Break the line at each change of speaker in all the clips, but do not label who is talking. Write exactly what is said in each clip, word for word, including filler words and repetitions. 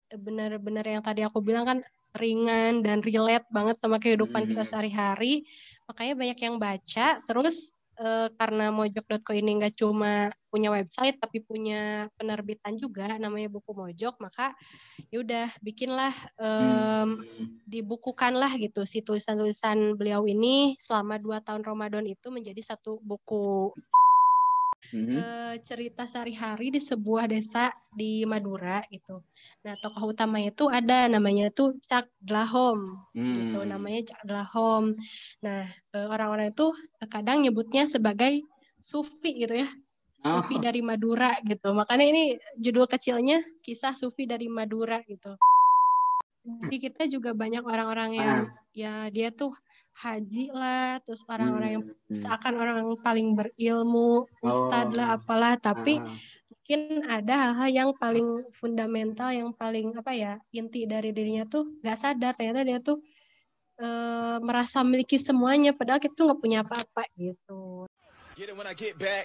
benar-benar yang tadi aku bilang kan ringan dan relate banget sama kehidupan kita sehari-hari. Makanya banyak yang baca. Terus eh, karena mojok dot co ini nggak cuma punya website tapi punya penerbitan juga namanya Buku Mojok, maka ya udah bikinlah um, dibukukanlah gitu si tulisan-tulisan beliau ini selama dua tahun Ramadan itu menjadi satu buku. Mm-hmm. Uh, cerita sehari-hari di sebuah desa di Madura gitu. Nah, tokoh utamanya itu ada namanya tuh Cak Dlahom hmm. gitu, namanya Cak Dlahom. Nah, uh, orang-orang itu kadang nyebutnya sebagai Sufi gitu ya. Sufi oh. dari Madura gitu. Makanya ini judul kecilnya Kisah Sufi dari Madura gitu. Jadi kita juga banyak orang-orang yang ah. ya dia tuh haji lah, terus orang-orang yang seakan orang paling berilmu, ustadz oh. lah apalah, tapi ah. mungkin ada hal-hal yang paling fundamental, yang paling apa ya inti dari dirinya tuh nggak sadar ternyata dia tuh e, merasa memiliki semuanya, padahal kita tuh nggak punya apa-apa gitu. Get it when I get back.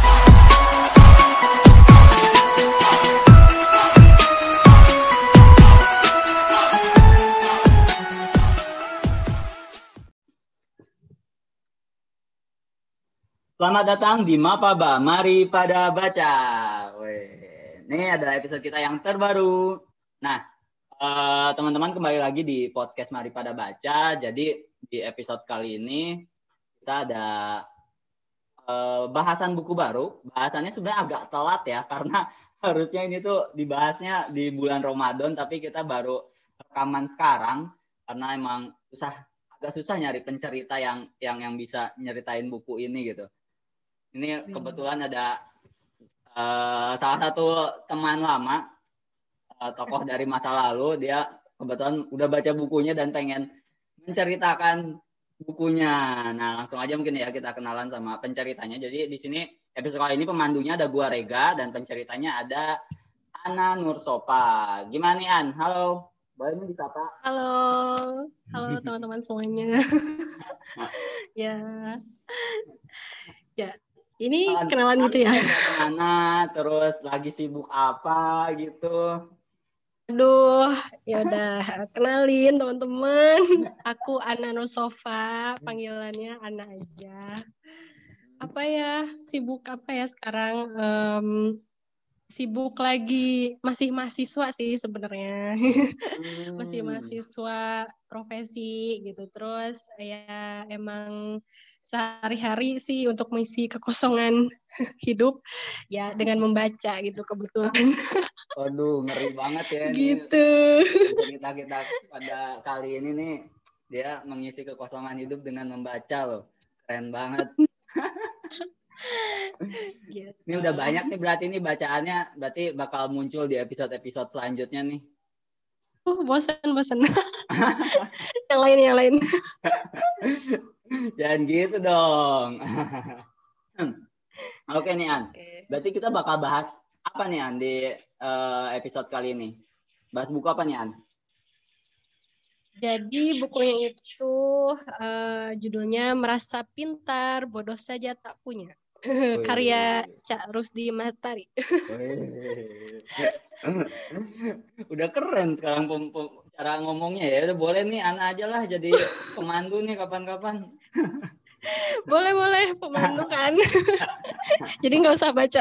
Selamat datang di Mapaba, mari pada baca. Weh, ini adalah episode kita yang terbaru. Nah, uh, teman-teman kembali lagi di podcast Mari Pada Baca. Jadi di episode kali ini kita ada uh, bahasan buku baru. Bahasannya sebenarnya agak telat ya, karena harusnya ini tuh dibahasnya di bulan Ramadan, tapi kita baru rekaman sekarang karena emang susah, agak susah nyari pencerita yang yang yang bisa nyeritain buku ini gitu. Ini kebetulan ada uh, salah satu teman lama, uh, tokoh dari masa lalu. Dia kebetulan udah baca bukunya dan pengen menceritakan bukunya. Nah, langsung aja mungkin ya kita kenalan sama penceritanya. Jadi di sini episode kali ini pemandunya ada gua Rega dan penceritanya ada Ana Nursopa. Gimana nih An? Halo, boleh nih disapa?
Halo, halo teman-teman semuanya. ya, ya. Ini kenalan gitu ya?
Kemana, terus lagi sibuk apa gitu?
Aduh, ya udah kenalin teman-teman. Aku Ana Nursopa, panggilannya Ana aja. Apa ya? Sibuk apa ya sekarang? Um, sibuk lagi, masih mahasiswa sih sebenarnya. Hmm. Masih mahasiswa profesi gitu. Terus ya emang sehari-hari sih untuk mengisi kekosongan hidup ya dengan membaca gitu kebetulan.
Waduh, ngeri banget ya
gitu.
Ini cerita kita pada kali ini nih, dia mengisi kekosongan hidup dengan membaca loh. Keren banget. gitu. Ini udah banyak nih berarti ini bacaannya, berarti bakal muncul di episode-episode selanjutnya nih.
Uh, bosan, bosan. yang lain, yang lain.
Jangan gitu dong. Oke nih An, okay. Berarti kita bakal bahas apa nih An di uh, episode kali ini? Bahas buku apa nih An?
Jadi bukunya itu uh, judulnya Merasa Pintar, Bodoh Saja Tak Punya. Karya Cak Rusdi Mahtari.
Udah keren sekarang pem- pem- cara ngomongnya ya. Udah boleh nih Ana aja lah jadi pemandu nih kapan-kapan.
boleh boleh pemandu kan. Jadi nggak usah baca.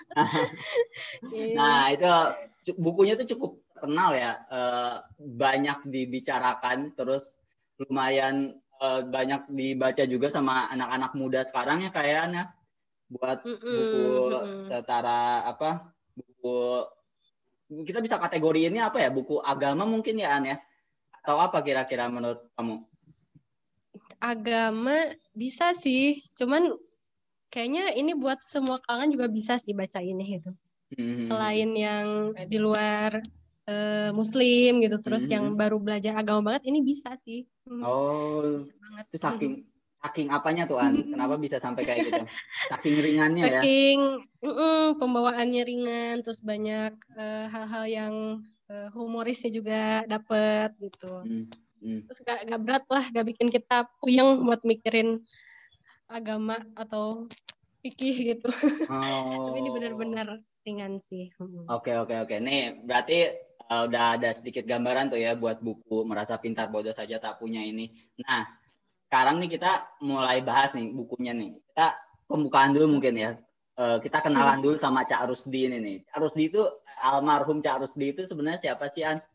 Nah itu bukunya tuh cukup terkenal ya, uh, banyak dibicarakan, terus lumayan uh, banyak dibaca juga sama anak-anak muda sekarang ya kayaknya. Buat mm-mm, buku mm-mm. setara apa buku kita bisa kategori ini apa ya, buku agama mungkin ya An ya, atau apa kira-kira menurut kamu?
Agama bisa sih, cuman kayaknya ini buat semua kalangan juga bisa sih baca ini gitu. Mm-hmm. Selain yang di luar uh, Muslim gitu, terus mm-hmm. yang baru belajar agama banget ini bisa sih.
Oh, bisa banget. Itu saking Saking apanya tuh An? Kenapa bisa sampai kayak gitu? Saking ringannya ya?
Saking uh, pembawaannya ringan, terus banyak uh, hal-hal yang uh, humorisnya juga dapet gitu. Hmm. Hmm. Terus gak, gak berat lah, gak bikin kita puyeng buat mikirin agama atau fikih gitu. Oh. Tapi ini benar-benar ringan sih.
Oke oke oke. Nih berarti uh, udah ada sedikit gambaran tuh ya buat buku Merasa Pintar Bodoh Saja Tak Punya ini. Nah, sekarang nih kita mulai bahas nih bukunya nih. Kita pembukaan dulu mungkin ya. Uh, kita kenalan dulu sama Cak Rusdi ini nih. Cak Rusdi itu, almarhum Cak Rusdi itu sebenarnya siapa sih, An?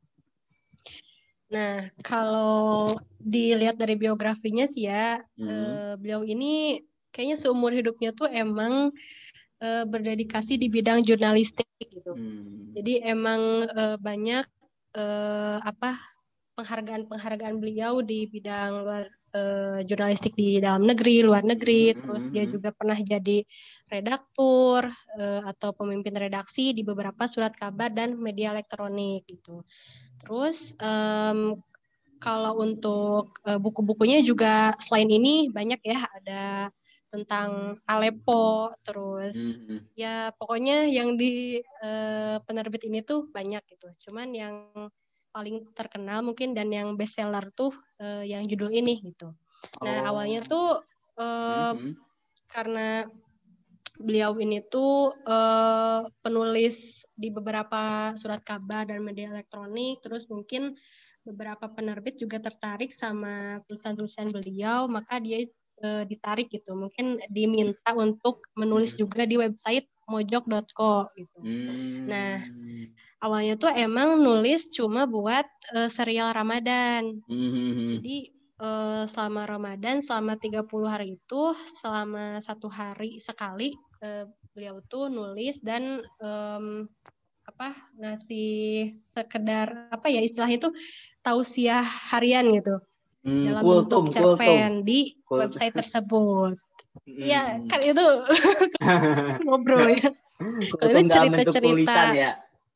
Nah, kalau dilihat dari biografinya sih ya, hmm. eh, beliau ini kayaknya seumur hidupnya tuh emang eh, berdedikasi di bidang jurnalistik gitu. Hmm. Jadi emang eh, banyak eh, apa penghargaan-penghargaan beliau di bidang luar eh, jurnalistik di dalam negeri, luar negeri. Hmm. Terus dia juga pernah jadi redaktur eh, atau pemimpin redaksi di beberapa surat kabar dan media elektronik gitu. Terus um, kalau untuk uh, buku-bukunya juga selain ini banyak ya, ada tentang Aleppo, terus mm-hmm. ya pokoknya yang di uh, penerbit ini tuh banyak gitu. Cuman yang paling terkenal mungkin dan yang bestseller tuh uh, yang judul ini gitu. Nah oh. awalnya tuh uh, mm-hmm. karena beliau ini tuh uh, penulis di beberapa surat kabar dan media elektronik, terus mungkin beberapa penerbit juga tertarik sama tulisan-tulisan beliau, maka dia uh, ditarik gitu, mungkin diminta untuk menulis juga di website mojok dot co gitu. Hmm. Nah, awalnya tuh emang nulis cuma buat uh, serial Ramadan. Hmm. Jadi Uh, selama Ramadan, selama tiga puluh hari itu, selama satu hari sekali, uh, beliau tuh nulis dan um, apa ngasih sekedar apa ya istilahnya itu tausiah harian gitu hmm, dalam kultum, bentuk cerpen kultum. Di kultum. Website tersebut. Hmm. Ya kan itu ngobrol ya. Kalau itu cerita-cerita ya.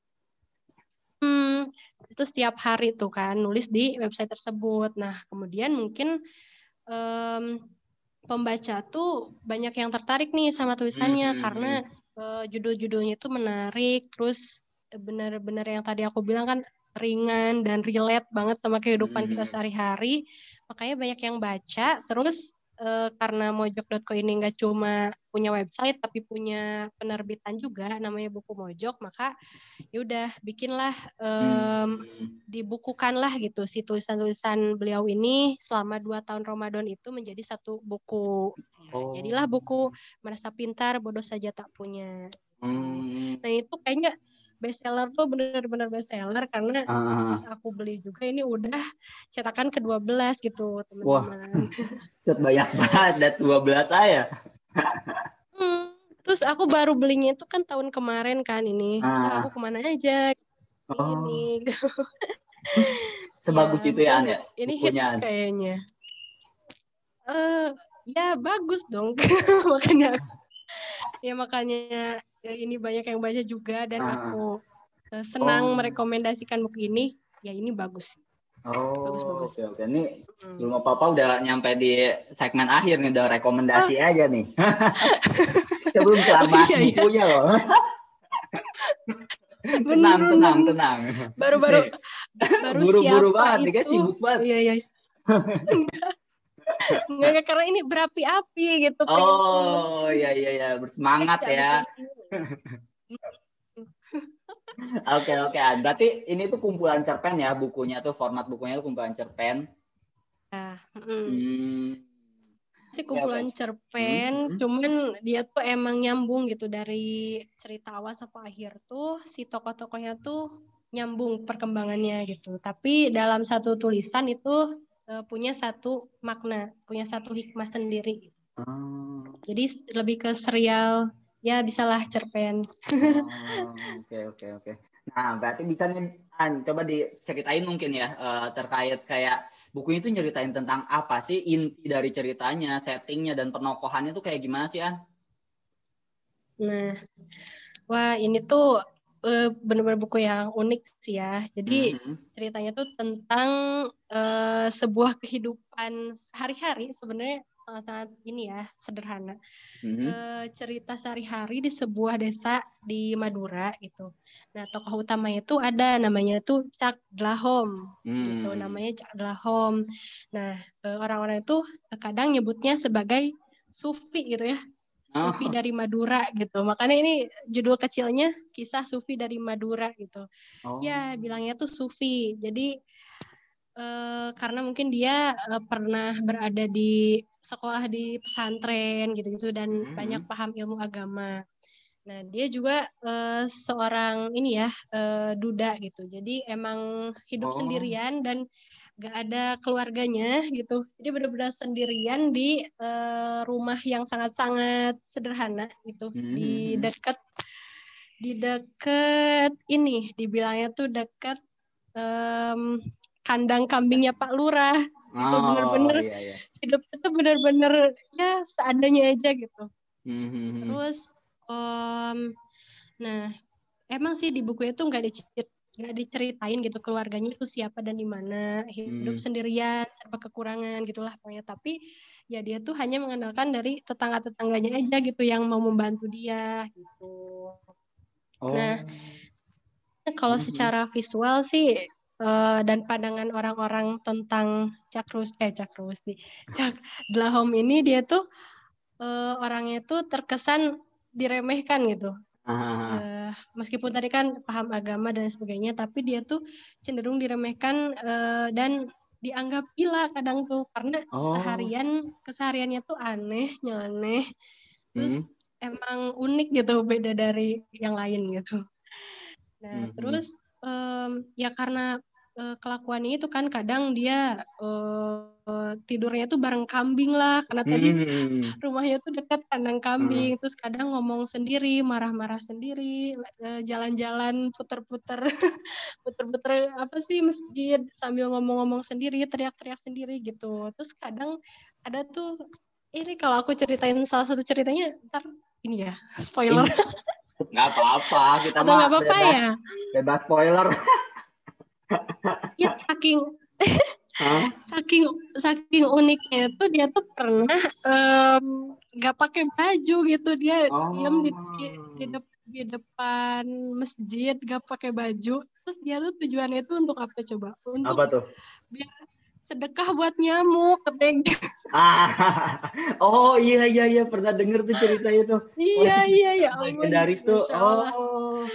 Hmm, itu setiap hari tuh kan nulis di website tersebut. Nah kemudian mungkin um, pembaca tuh banyak yang tertarik nih sama tulisannya hmm, karena uh, judul-judulnya tuh menarik, terus benar-benar yang tadi aku bilang kan ringan dan relate banget sama kehidupan hmm. kita sehari-hari, makanya banyak yang baca. Terus uh, karena mojok dot co ini nggak cuma punya website tapi punya penerbitan juga namanya Buku Mojok, maka yaudah bikinlah um, hmm. dibukukanlah gitu si tulisan-tulisan beliau ini selama dua tahun Ramadan itu menjadi satu buku. Oh. Jadilah buku Merasa Pintar Bodoh Saja Tak Punya. Hmm. Nah itu kayaknya bestseller tuh benar-benar bestseller karena ah. pas aku beli juga ini udah cetakan ke dua belas gitu teman-teman.
Wah, set banyak banget dan dua belas saya.
hmm. Terus aku baru belinya itu kan tahun kemarin kan ini. Ah. Nah, aku kemana aja oh. ini.
Sebagus ya, itu ya, An, ya?
Ini hits An. Kayaknya. Uh, ya bagus dong. makanya ya makanya ya ini banyak yang baca juga dan ah. aku uh, senang oh. merekomendasikan buku ini. Ya ini bagus.
Oh, oke oke. Ini hmm. belum apa-apa udah nyampe di segmen akhir nih, udah rekomendasi ah. aja nih. Kita belum kelar bahas iya, bukunya iya. loh. tenang, bener, tenang, tenang.
Baru-baru baru
buru-buru
siapa
banget,
itu?
nih, kan sibuk banget.
Iya, iya. Enggak, karena ini berapi-api gitu.
Oh, iya, iya, iya. Bersemangat ya. Oke, oke. Berarti ini tuh kumpulan cerpen ya bukunya tuh, format bukunya tuh kumpulan cerpen.
Nah, mm. hmm. sih kumpulan okay, cerpen, hmm. cuman dia tuh emang nyambung gitu dari cerita awal sampai akhir tuh si tokoh-tokohnya tuh nyambung perkembangannya gitu. Tapi dalam satu tulisan itu uh, punya satu makna, punya satu hikmah sendiri. Hmm. Jadi lebih ke serial, ya bisalah cerpen.
Oke oke oke. Nah berarti bisa nih An, coba diceritain mungkin ya uh, terkait kayak buku itu nyeritain tentang apa sih inti dari ceritanya, settingnya dan penokohannya tuh kayak gimana sih An? Nah,
wah ini tuh uh, benar-benar buku yang unik sih ya. Jadi mm-hmm. ceritanya tuh tentang uh, sebuah kehidupan sehari-hari sebenarnya sangat-sangat ini ya sederhana. Mm-hmm. Uh, cerita sehari-hari di sebuah desa di Madura gitu. Nah tokoh utamanya itu ada namanya tuh Cak Dlahom mm. gitu. Namanya Cak Dlahom. Nah uh, orang-orang itu kadang nyebutnya sebagai sufi gitu ya. Sufi dari Madura gitu. Makanya ini judul kecilnya Kisah Sufi dari Madura gitu. Oh. Ya bilangnya tuh Sufi. Jadi eh, karena mungkin dia eh, pernah berada di sekolah di pesantren gitu-gitu dan mm-hmm. banyak paham ilmu agama. Nah dia juga eh, seorang ini ya eh, duda gitu. Jadi emang hidup oh. sendirian dan gak ada keluarganya gitu. Jadi benar-benar sendirian di uh, rumah yang sangat-sangat sederhana gitu. Mm-hmm. Di dekat di dekat ini dibilangnya tuh dekat um, kandang kambingnya Pak Lurah. Gitu oh, benar-benar iya, iya. Hidup itu benar-benar ya seadanya aja gitu. Mm-hmm. Terus um, nah emang sih di buku itu nggak diceritain nggak diceritain gitu keluarganya itu siapa dan di mana, hidup hmm. sendirian, serba kekurangan gitulah pokoknya. Tapi ya dia tuh hanya mengandalkan dari tetangga-tetangganya aja gitu yang mau membantu dia gitu. Oh. Nah, kalau hmm. secara visual sih uh, dan pandangan orang-orang tentang Cak Rus eh Cak Rusdi, Cak Dlahom ini dia tuh uh, orangnya tuh terkesan diremehkan gitu. Uh, meskipun tadi kan paham agama dan sebagainya, tapi dia tuh cenderung diremehkan uh, dan dianggap gila kadang tuh karena oh. seharian kesehariannya tuh aneh, nyeleneh, terus hmm. emang unik gitu, beda dari yang lain gitu. Nah hmm. terus um, ya karena uh, kelakuannya itu kan kadang dia uh, tidurnya tuh bareng kambing lah karena hmm. tadi rumahnya tuh dekat kandang kambing, hmm. terus kadang ngomong sendiri, marah-marah sendiri, jalan-jalan puter-puter puter-puter apa sih masjid sambil ngomong-ngomong sendiri, teriak-teriak sendiri gitu. Terus kadang ada tuh ini kalau aku ceritain salah satu ceritanya ntar ini ya spoiler.
Nggak apa-apa, kita
mah nggak apa-apa
bebas,
ya
bebas spoiler.
Ya saking Huh? saking saking uniknya itu dia tuh pernah nggak um, pakai baju gitu, dia oh. diam di, di, di, de, di depan masjid nggak pakai baju, terus dia tuh tujuannya itu untuk apa coba? Untuk
apa tuh?
Biar sedekah buat nyamuk katanya.
Ah, oh iya iya iya pernah denger tuh cerita itu.
Iya
oh,
iya ya ampun.
Legendaris tuh. Oh.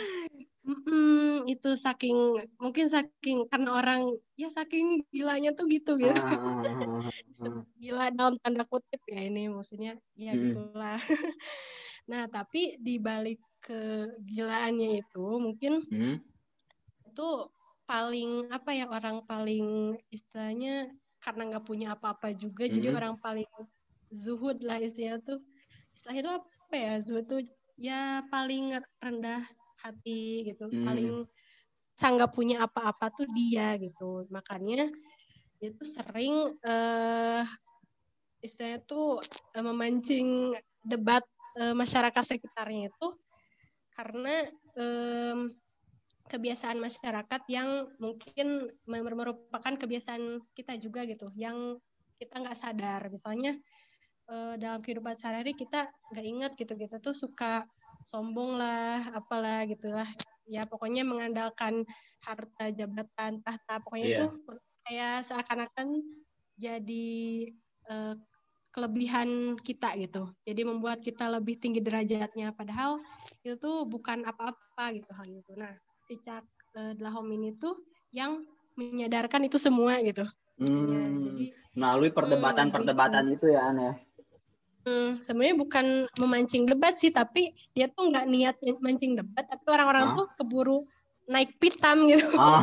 Mm-mm, itu saking mungkin saking karena orang ya saking gilanya tuh gitu gitu. Ah, gila dalam tanda kutip ya ini maksudnya ya mm. gitulah. Nah tapi di balik kegilaannya itu mungkin mm. itu paling apa ya orang paling istilahnya karena nggak punya apa-apa juga mm. jadi orang paling zuhud lah istilahnya tuh istilah itu apa ya zuhud tuh ya paling rendah hati gitu, hmm. paling sanggap punya apa-apa tuh dia gitu, makanya dia tuh sering uh, istilahnya tuh uh, memancing debat uh, masyarakat sekitarnya itu karena um, kebiasaan masyarakat yang mungkin merupakan kebiasaan kita juga gitu, yang kita nggak sadar, misalnya uh, dalam kehidupan sehari-hari kita nggak ingat gitu, kita tuh suka sombong lah, apalah gitulah. Ya pokoknya mengandalkan harta, jabatan, tahta, pokoknya yeah. itu kayak seakan-akan jadi uh, kelebihan kita gitu. Jadi membuat kita lebih tinggi derajatnya, padahal itu tuh bukan apa-apa gitu hal itu. Nah, si Cak uh, Dlahom ini tuh yang menyadarkan itu semua gitu.
Hmm, ya, jadi melalui perdebatan-perdebatan hmm, itu ya aneh.
Hmm, sebenarnya bukan memancing debat sih, tapi dia tuh nggak niat mancing debat, tapi orang-orang huh? tuh keburu naik pitam gitu. Oh.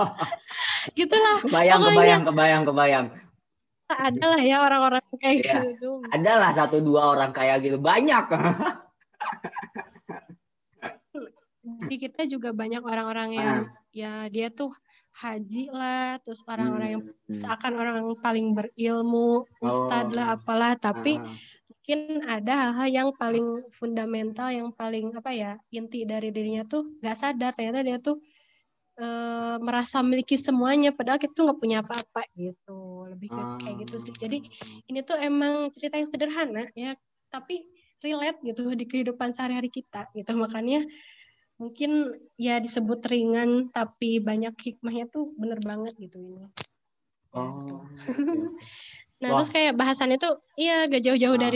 Gitulah.
Kebayang, kebayang, kebayang, kebayang.
Ada lah ya orang-orang kayak
ya,
gitu.
Ada lah satu dua orang kayak gitu, banyak.
Di kita juga banyak orang-orang yang ah. ya dia tuh haji lah, terus orang-orang yang hmm. seakan orang paling berilmu, ustadz oh. lah, apalah, tapi ah. mungkin ada hal-hal yang paling fundamental, yang paling apa ya inti dari dirinya tuh nggak sadar, ternyata dia tuh e, merasa memiliki semuanya, padahal kita tuh nggak punya apa-apa gitu, lebih ke ah. kayak gitu sih. Jadi ini tuh emang cerita yang sederhana ya, tapi relate gitu di kehidupan sehari-hari kita gitu, makanya mungkin ya disebut ringan tapi banyak hikmahnya tuh bener banget gitu ini. Oh. Ya, gitu. Nah, wah. Terus kayak bahasannya tuh iya gak jauh-jauh ah. dari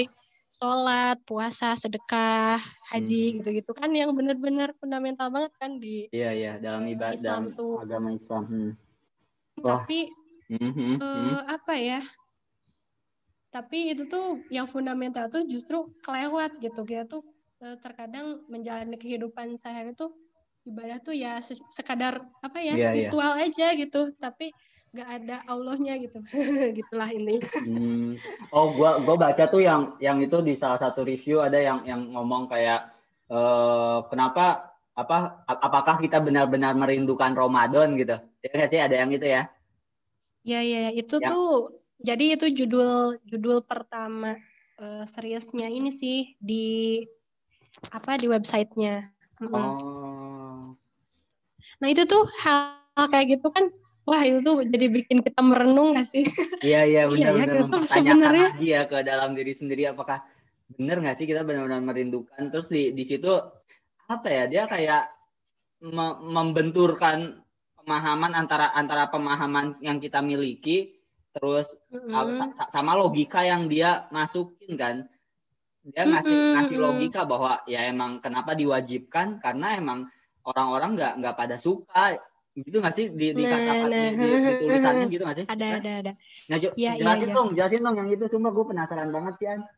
sholat, puasa, sedekah, haji
Hmm.
gitu-gitu kan yang benar-benar fundamental banget kan di
Iya iya dalam ibadah
Islam tuh.
agama Islam. Hmm. Wah.
Tapi
Hmm, hmm, hmm.
eh, apa ya? Tapi itu tuh yang fundamental tuh justru kelewat gitu. Kita tuh eh, terkadang menjalani kehidupan sehari-hari tuh ibadah tuh ya se- sekadar apa ya
Iya iya.
ritual aja gitu. Tapi nggak ada Allahnya gitu. Gitulah ini.
Hmm. Oh, gua gua baca tuh yang yang itu di salah satu review ada yang yang ngomong kayak eh, kenapa apa ap- apakah kita benar-benar merindukan Ramadan gitu. Ya nggak sih ada yang itu ya.
Ya ya ya. Itu
Yang
tuh jadi itu judul judul pertama eh, seriusnya ini sih di apa di websitenya. Mm-mm.
oh
Nah itu tuh hal, hal kayak gitu kan, wah itu tuh jadi bikin kita merenung gak sih?
iya iya
Iya ya
benar-benar
gitu
mempertanyakan
sebenarnya.
lagi ya ke dalam diri sendiri apakah benar nggak sih kita benar-benar merindukan. Terus di di situ apa ya dia kayak me- membenturkan pemahaman antara antara pemahaman yang kita miliki terus uh, sa-
Mm-mm.
sa- sama logika yang dia masukin kan dia ngasih ngasih
Mm-mm.
logika bahwa ya emang kenapa diwajibkan karena emang orang-orang nggak nggak pada suka gitu nggak sih di di
Nah,
kata-kata
nah,
di, di, di tulisannya gitu nggak sih
ada,
Hah?
ada, ada.
Nah, Jo-
Ya, iya,
jelasin
iya.
dong jelasin dong yang itu sumpah gue penasaran banget sih An.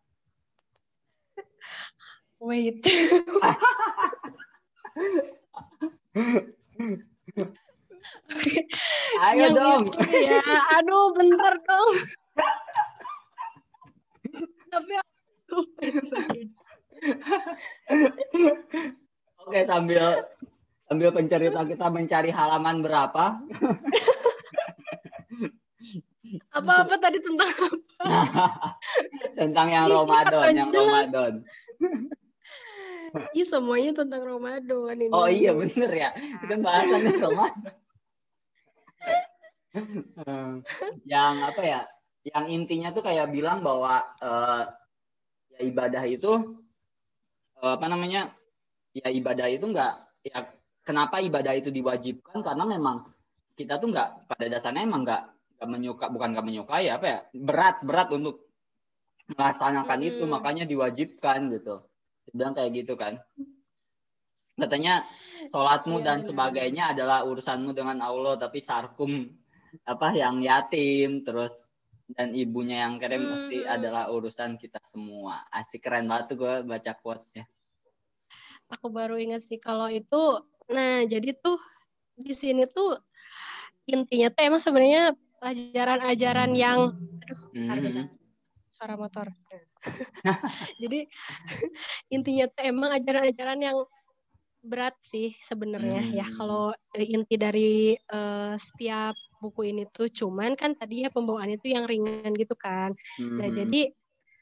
Wait.
Ayo
Yang
dong.
itu ya, aduh, bentar dong. Tapi aku
Oke sambil sambil pencerita kita mencari halaman berapa
apa-apa tadi tentang
tentang yang
ih,
Ramadan, yang
jelas.
Ramadan.
Ih, semuanya tentang Ramadan
Oh
ini.
iya bener ya, itu bahasannya Ramadan. Yang apa ya? Yang intinya tuh kayak bilang bahwa uh, ya ibadah itu uh, apa namanya? Ya ibadah itu enggak ya kenapa ibadah itu diwajibkan karena memang kita tuh enggak pada dasarnya emang enggak enggak menyuka bukan enggak menyukai apa ya? Berat berat untuk melaksanakan itu
Mm-mm.
makanya diwajibkan gitu. Bilang kayak gitu kan. Katanya sholatmu
Iya,
dan
benar-benar.
sebagainya adalah urusanmu dengan Allah tapi sarkum apa yang yatim terus dan ibunya yang keren pasti
Mm-mm.
adalah urusan kita semua. Asik keren banget tuh gue baca quotes-nya.
Aku baru ingat sih kalau itu. Nah, jadi tuh di sini tuh intinya tuh emang sebenarnya ajaran-ajaran yang aduh, bentar, bentar.
Mm-hmm.
Suara motor. Jadi intinya tuh emang ajaran-ajaran yang berat sih sebenarnya ya
Mm-hmm.
kalau inti dari uh, setiap buku ini tuh cuman kan tadi ya pembawaannya tuh yang ringan gitu kan. Nah,
Mm-hmm.
jadi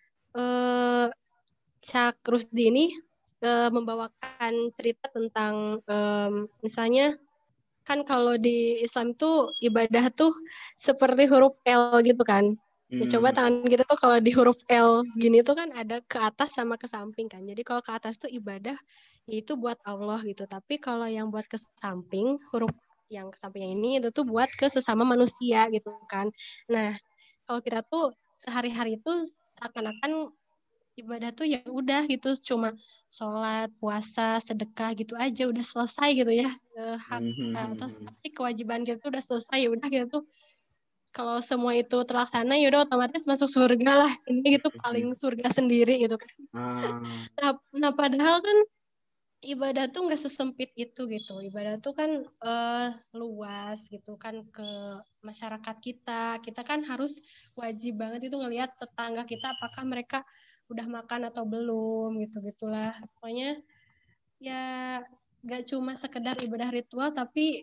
uh, Chuck Rusdi ini uh, membawakan cerita tentang um, misalnya kan kalau di Islam tuh ibadah tuh seperti huruf L gitu kan. Ya coba
Mm-hmm.
tangan kita tuh kalau di huruf L gini tuh kan ada ke atas sama ke samping kan. Jadi kalau ke atas tuh ibadah itu buat Allah gitu. Tapi kalau yang buat ke samping huruf yang ke sampingnya ini itu tuh buat ke sesama manusia gitu kan. Nah, kalau kita tuh sehari-hari itu seakan-akan ibadah tuh ya udah gitu cuma sholat puasa sedekah gitu aja udah selesai gitu ya eh, hak eh, terus
Mm-hmm.
pasti kewajiban kita tuh udah selesai ya udah gitu tuh kalau semua itu terlaksana ya udah otomatis masuk surga lah ini gitu paling surga sendiri gitu kan
Mm-hmm.
nah, nah padahal kan ibadah tuh nggak sesempit itu gitu ibadah tuh kan eh, luas gitu kan ke masyarakat kita kita kan harus wajib banget itu ngelihat tetangga kita apakah mereka udah makan atau belum gitu gitulah pokoknya ya nggak cuma sekedar ibadah ritual tapi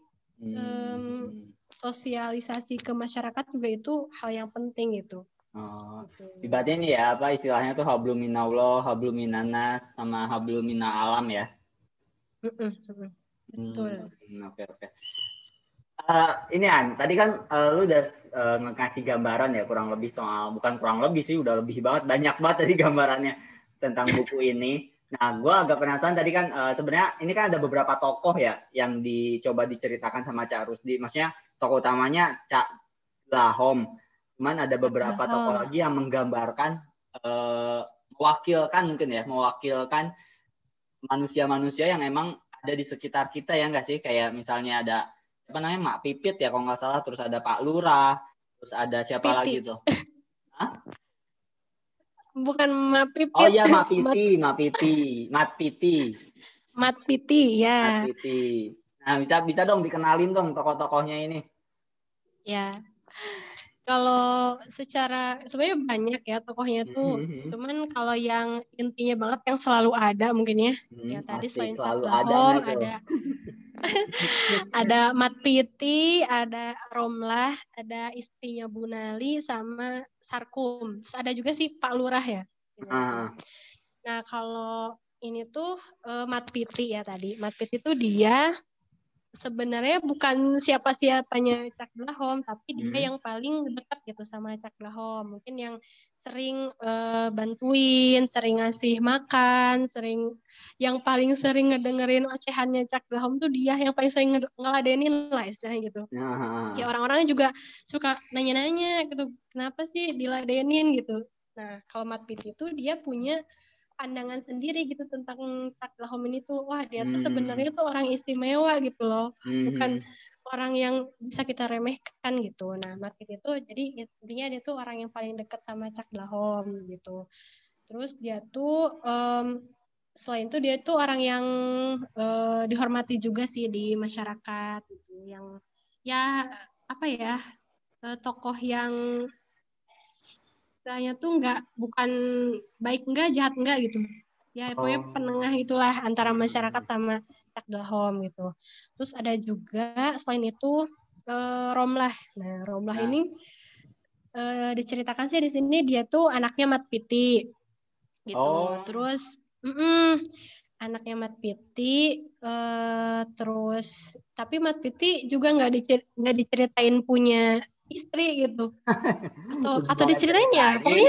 em,
Mm-hmm.
sosialisasi ke masyarakat juga itu hal yang penting gitu.
Oh,
Gitu.
ibaratnya nih ya apa istilahnya tuh hablum minallah, hablum minanas sama hablum mina alam ya.
Mm-mm, mm-mm. Betul.
Hmm, oke oke. Uh, ini An, tadi kan uh, lu udah uh, ngasih gambaran ya kurang lebih soal, bukan kurang lebih sih, udah lebih banget, banyak banget tadi gambarannya tentang buku ini. Nah, gue agak penasaran tadi kan uh, sebenarnya ini kan ada beberapa tokoh ya yang dicoba diceritakan sama Cak Rusdi. Maksudnya tokoh utamanya Cak Lahom. Cuman ada beberapa tokoh
Lahom.
lagi yang menggambarkan uh, mewakilkan mungkin ya, mewakilkan manusia-manusia yang emang ada di sekitar kita ya nggak sih? Kayak misalnya ada apa namanya Mak Pipit ya kalau nggak salah, terus ada Pak Lurah, terus ada siapa
Piti.
lagi tuh? Hah?
Bukan Mak Pipit.
Oh iya Mak
Mat,
Piti, Mak Piti, Mat Piti,
Mat Piti
Mat
ya.
Piti. Nah bisa bisa dong dikenalin dong tokoh-tokohnya ini.
Ya. Kalau secara sebenarnya banyak ya tokohnya tuh.
Hmm,
Cuman kalau yang intinya banget yang selalu ada mungkin ya. Ya tadi
pasti
selain Cak
selalu ada nah
Dahom
itu.
ada ada Mat Piti, ada Romlah, ada istrinya Bu Nali sama Sarkum. Terus ada juga sih Pak Lurah ya.
Ah.
Nah, kalau ini tuh uh, Mat Piti ya tadi. Mat Piti tuh dia sebenarnya bukan siapa-siapanya Cak Dahom, tapi dia
Hmm.
yang paling dekat gitu sama Cak Dahom. Mungkin yang sering uh, bantuin, sering ngasih makan, sering yang paling sering ngedengerin ocehannya Cak Dahom tuh dia yang paling sering ngeladenin lah istilahnya gitu.
Ah.
Ya orang-orangnya juga suka nanya-nanya gitu, kenapa sih diladenin gitu. Nah, kalau Mat Piti itu dia punya pandangan sendiri gitu tentang Cak Dahom ini tuh, wah dia tuh sebenarnya tuh orang istimewa gitu loh, bukan orang yang bisa kita remehkan gitu. Nah, Mat Piti itu jadi intinya dia tuh orang yang paling dekat sama Cak Dahom gitu. Terus dia tuh um, selain itu dia tuh orang yang uh, dihormati juga sih di masyarakat gitu, yang ya apa ya uh, tokoh yang istilahnya tuh nggak bukan baik enggak jahat enggak gitu ya pokoknya
Oh.
penengah itulah antara masyarakat sama Cak Dahom gitu. Terus ada juga selain itu eh, Romlah. Nah Romlah
Nah.
ini eh, diceritakan sih di sini dia tuh anaknya Mat Piti gitu.
Oh.
Terus mm-mm, anaknya Mat Piti eh, terus tapi Mat Piti juga nggak dicer- nggak diceritain punya istri gitu atau
Udah
atau
banget
diceritain
cerita
ya
nih.
pokoknya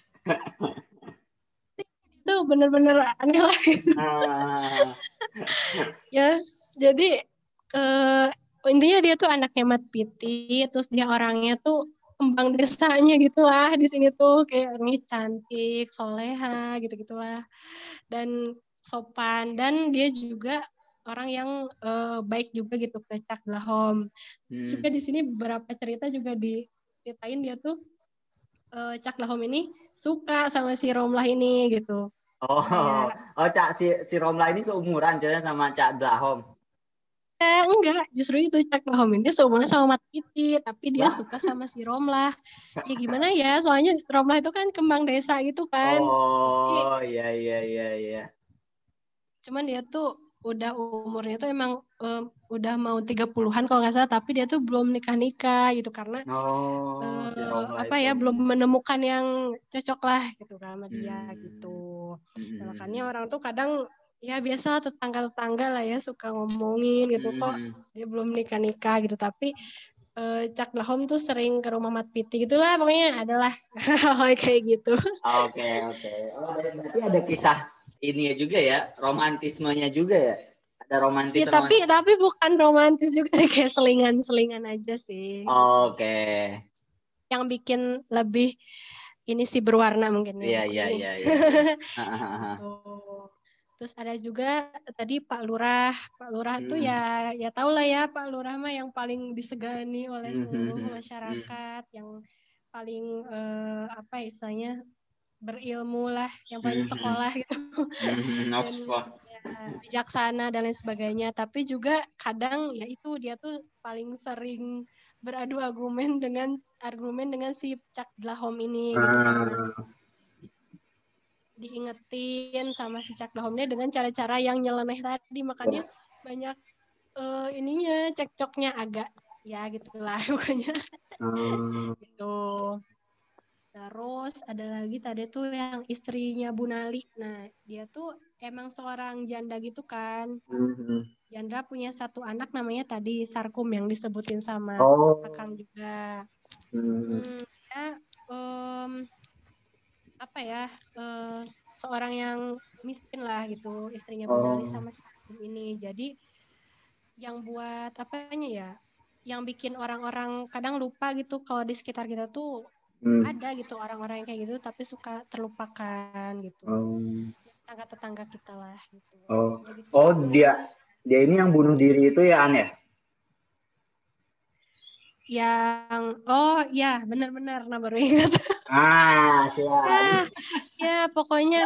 itu bener-bener aneh lah
Ah.
ya. Jadi eh, intinya dia tuh anaknya Mat Piti, terus dia orangnya tuh kembang desanya gitulah di sini tuh kayak orangnya cantik, soleha gitu-gitulah dan sopan dan dia juga orang yang eh, baik juga gitu ke Cak Dahom.
Hmm.
Juga di sini beberapa cerita juga diceritain dia tuh eh, Cak Dahom ini suka sama si Romlah ini gitu.
Oh,
Kayak
oh Cak si si Romla ini seumuran ceritanya sama Cak Dahom.
Eh, enggak, justru itu Cak Dahom ini seumuran sama Mat Piti, tapi dia
Lah?
suka sama si Romlah. Ya gimana ya, soalnya Romlah itu kan kembang desa gitu kan. Jadi,
Oh, iya iya iya iya.
cuman dia tuh udah umurnya tuh emang um, udah mau tiga puluhan kalau nggak salah, tapi dia tuh belum nikah-nikah gitu karena
Oh, si
uh,
Romla
apa
itu.
ya belum menemukan yang cocok lah gitu kan sama dia gitu.
Hmm.
Nah, makanya
Hmm.
orang tuh kadang ya biasa tetangga-tetangga lah ya suka ngomongin gitu kok
Hmm.
dia belum nikah-nikah gitu tapi uh, Cak Dahom tuh sering ke rumah Mat Piti gitulah pokoknya adalah kayak gitu.
Oke oke. Oh, berarti ada kisah ini ya juga ya, romantismenya juga ya. Ada romantis
Ya tapi
romantis.
tapi bukan romantis juga sih kayak selingan-selingan aja sih gitu.
Oke.
Yang bikin lebih ini sih berwarna mungkin ya
Iya iya
bukunya.
iya iya iya.
Gitu. Terus ada juga tadi Pak Lurah. Pak Lurah tuh
Hmm.
ya ya tau lah ya Pak Lurah mah yang paling disegani oleh
Hmm.
seluruh
Hmm.
masyarakat, yang paling eh, apa ya, istilahnya berilmu lah, yang paling
Hmm.
sekolah gitu
Hmm.
dan ya, bijaksana dan lain sebagainya. Tapi juga kadang ya itu dia tuh paling sering beradu argumen dengan argumen dengan si Cak Dahom ini gitu karena diingetin sama si Cak Dahomnya dengan cara-cara yang nyeleneh tadi makanya banyak uh, ininya cekcoknya agak ya gitulah pokoknya gitu. Terus ada lagi tadi tuh yang istrinya Bu Nali. Nah dia tuh emang seorang janda gitu kan. Janda punya satu anak namanya tadi Sarkum yang disebutin sama
Oh.
Akang juga.
Hmm.
Hmm, dia um, apa ya uh, seorang yang miskin lah gitu istrinya Bu Nali
Oh.
sama Sarkum ini. Jadi yang buat apanya ya, yang bikin orang-orang kadang lupa gitu kalau di sekitar kita tuh hmm. ada gitu orang-orang yang kayak gitu tapi suka terlupakan gitu.
Oh.
Tetangga-tetangga kita lah gitu.
Oh,
Ya gitu
oh
sih.
dia dia ini yang bunuh diri itu ya An ya?
Yang oh ya benar-benar nah baru ingat.
Ah, siap.
ya, ya pokoknya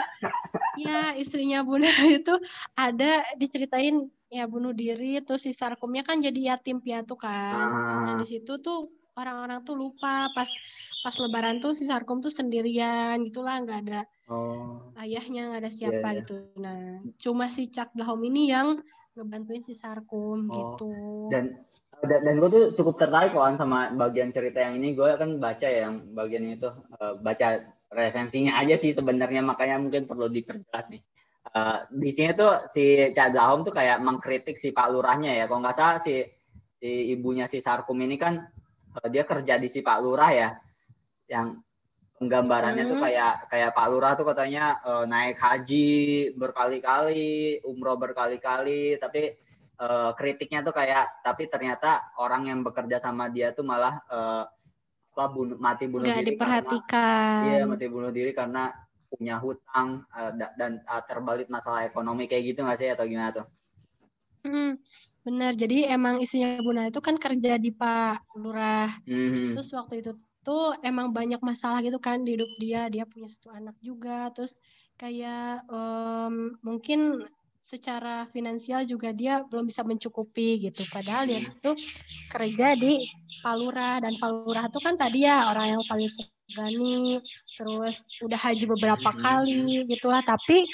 ya istrinya Bunda itu ada diceritain ya bunuh diri terus si Sarkumnya kan jadi yatim piatu kan. Nah
Ah.
di situ tuh orang-orang tuh lupa pas pas Lebaran tuh si Sarkum tuh sendirian gitulah nggak ada
Oh.
ayahnya nggak ada
Iya,
siapa
iya.
gitu. Nah cuma si Cak Dahom ini yang ngebantuin si Sarkum
Oh.
gitu.
Dan dan, dan gue tuh cukup tertarik kan sama bagian cerita yang ini. Gue kan baca ya yang bagian itu uh, baca resensinya aja sih sebenarnya, makanya mungkin perlu diperjelas nih. Uh, di sini tuh si Cak Dahom tuh kayak mengkritik si Pak Lurahnya ya. Kalau nggak salah si, si ibunya si Sarkum ini kan uh, dia kerja di si Pak Lurah ya, yang penggambarannya tuh
Hmm.
kayak kayak Pak Lurah tuh katanya uh, naik haji berkali-kali, umroh berkali-kali, tapi uh, kritiknya tuh kayak tapi ternyata orang yang bekerja sama dia tuh malah uh, apa bunuh, mati bunuh
Nggak
diri karena
diperhatikan.
iya mati bunuh diri karena punya hutang uh, dan uh, terbalit masalah ekonomi kayak gitu nggak sih atau gimana tuh?
Hmm, benar. Jadi emang istrinya Bunda itu kan kerja di Pak Lurah.
Mm-hmm.
Terus waktu itu tuh emang banyak masalah gitu kan di hidup dia. Dia punya satu anak juga. Terus kayak um, mungkin secara finansial juga dia belum bisa mencukupi gitu. Padahal dia tuh kerja di Pak Lurah. Dan Pak Lurah itu kan tadi ya orang yang paling berani. Terus udah haji beberapa kali gitulah. Tapi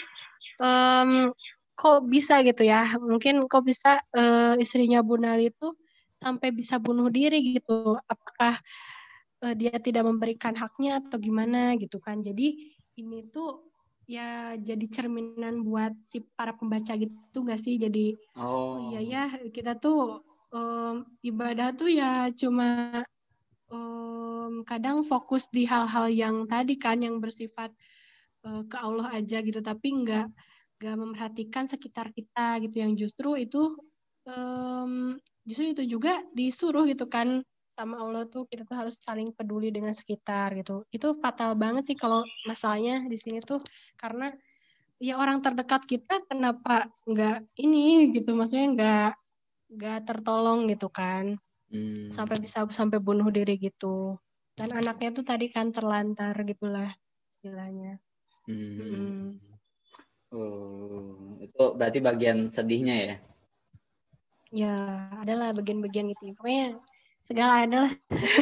um, kok bisa gitu ya? Mungkin kok bisa uh, istrinya Bu Nali itu sampai bisa bunuh diri gitu? Apakah uh, dia tidak memberikan haknya atau gimana gitu kan? Jadi ini tuh ya jadi cerminan buat si para pembaca gitu nggak sih? Jadi oh, oh iya ya kita tuh um, ibadah tuh ya cuma um, kadang fokus di hal-hal yang tadi kan yang bersifat uh, ke Allah aja gitu, tapi nggak nggak memperhatikan sekitar kita gitu yang justru itu um, justru itu juga disuruh gitu kan sama Allah tuh kita tuh harus saling peduli dengan sekitar gitu. Itu fatal banget sih kalau masalahnya di sini tuh karena ya orang terdekat kita kenapa nggak ini gitu maksudnya nggak nggak tertolong gitu kan
Hmm.
sampai bisa sampai bunuh diri gitu dan anaknya tuh tadi kan terlantar gitulah istilahnya.
Hmm.
Mm-mm.
Oh, itu berarti bagian sedihnya ya?
Ya, adalah bagian-bagian gitu. Pokoknya segala adalah.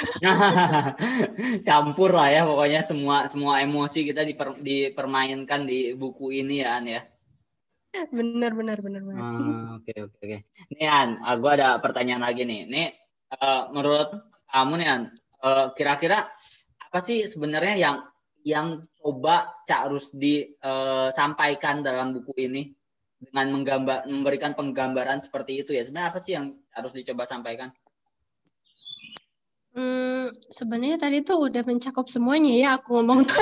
Campur lah ya, pokoknya semua semua emosi kita diper, dipermainkan di buku ini ya An ya.
Benar, benar, benar banget.
Oke oke oke. Nih An, gue ada pertanyaan lagi nih. Nih uh, menurut kamu nih An, uh, kira-kira apa sih sebenarnya yang yang coba Cak Rusdi uh, sampaikan dalam buku ini dengan menggambar memberikan penggambaran seperti itu ya? Sebenarnya apa sih yang harus dicoba sampaikan?
Hmm, sebenarnya tadi tuh udah mencakup semuanya ya aku ngomong tuh.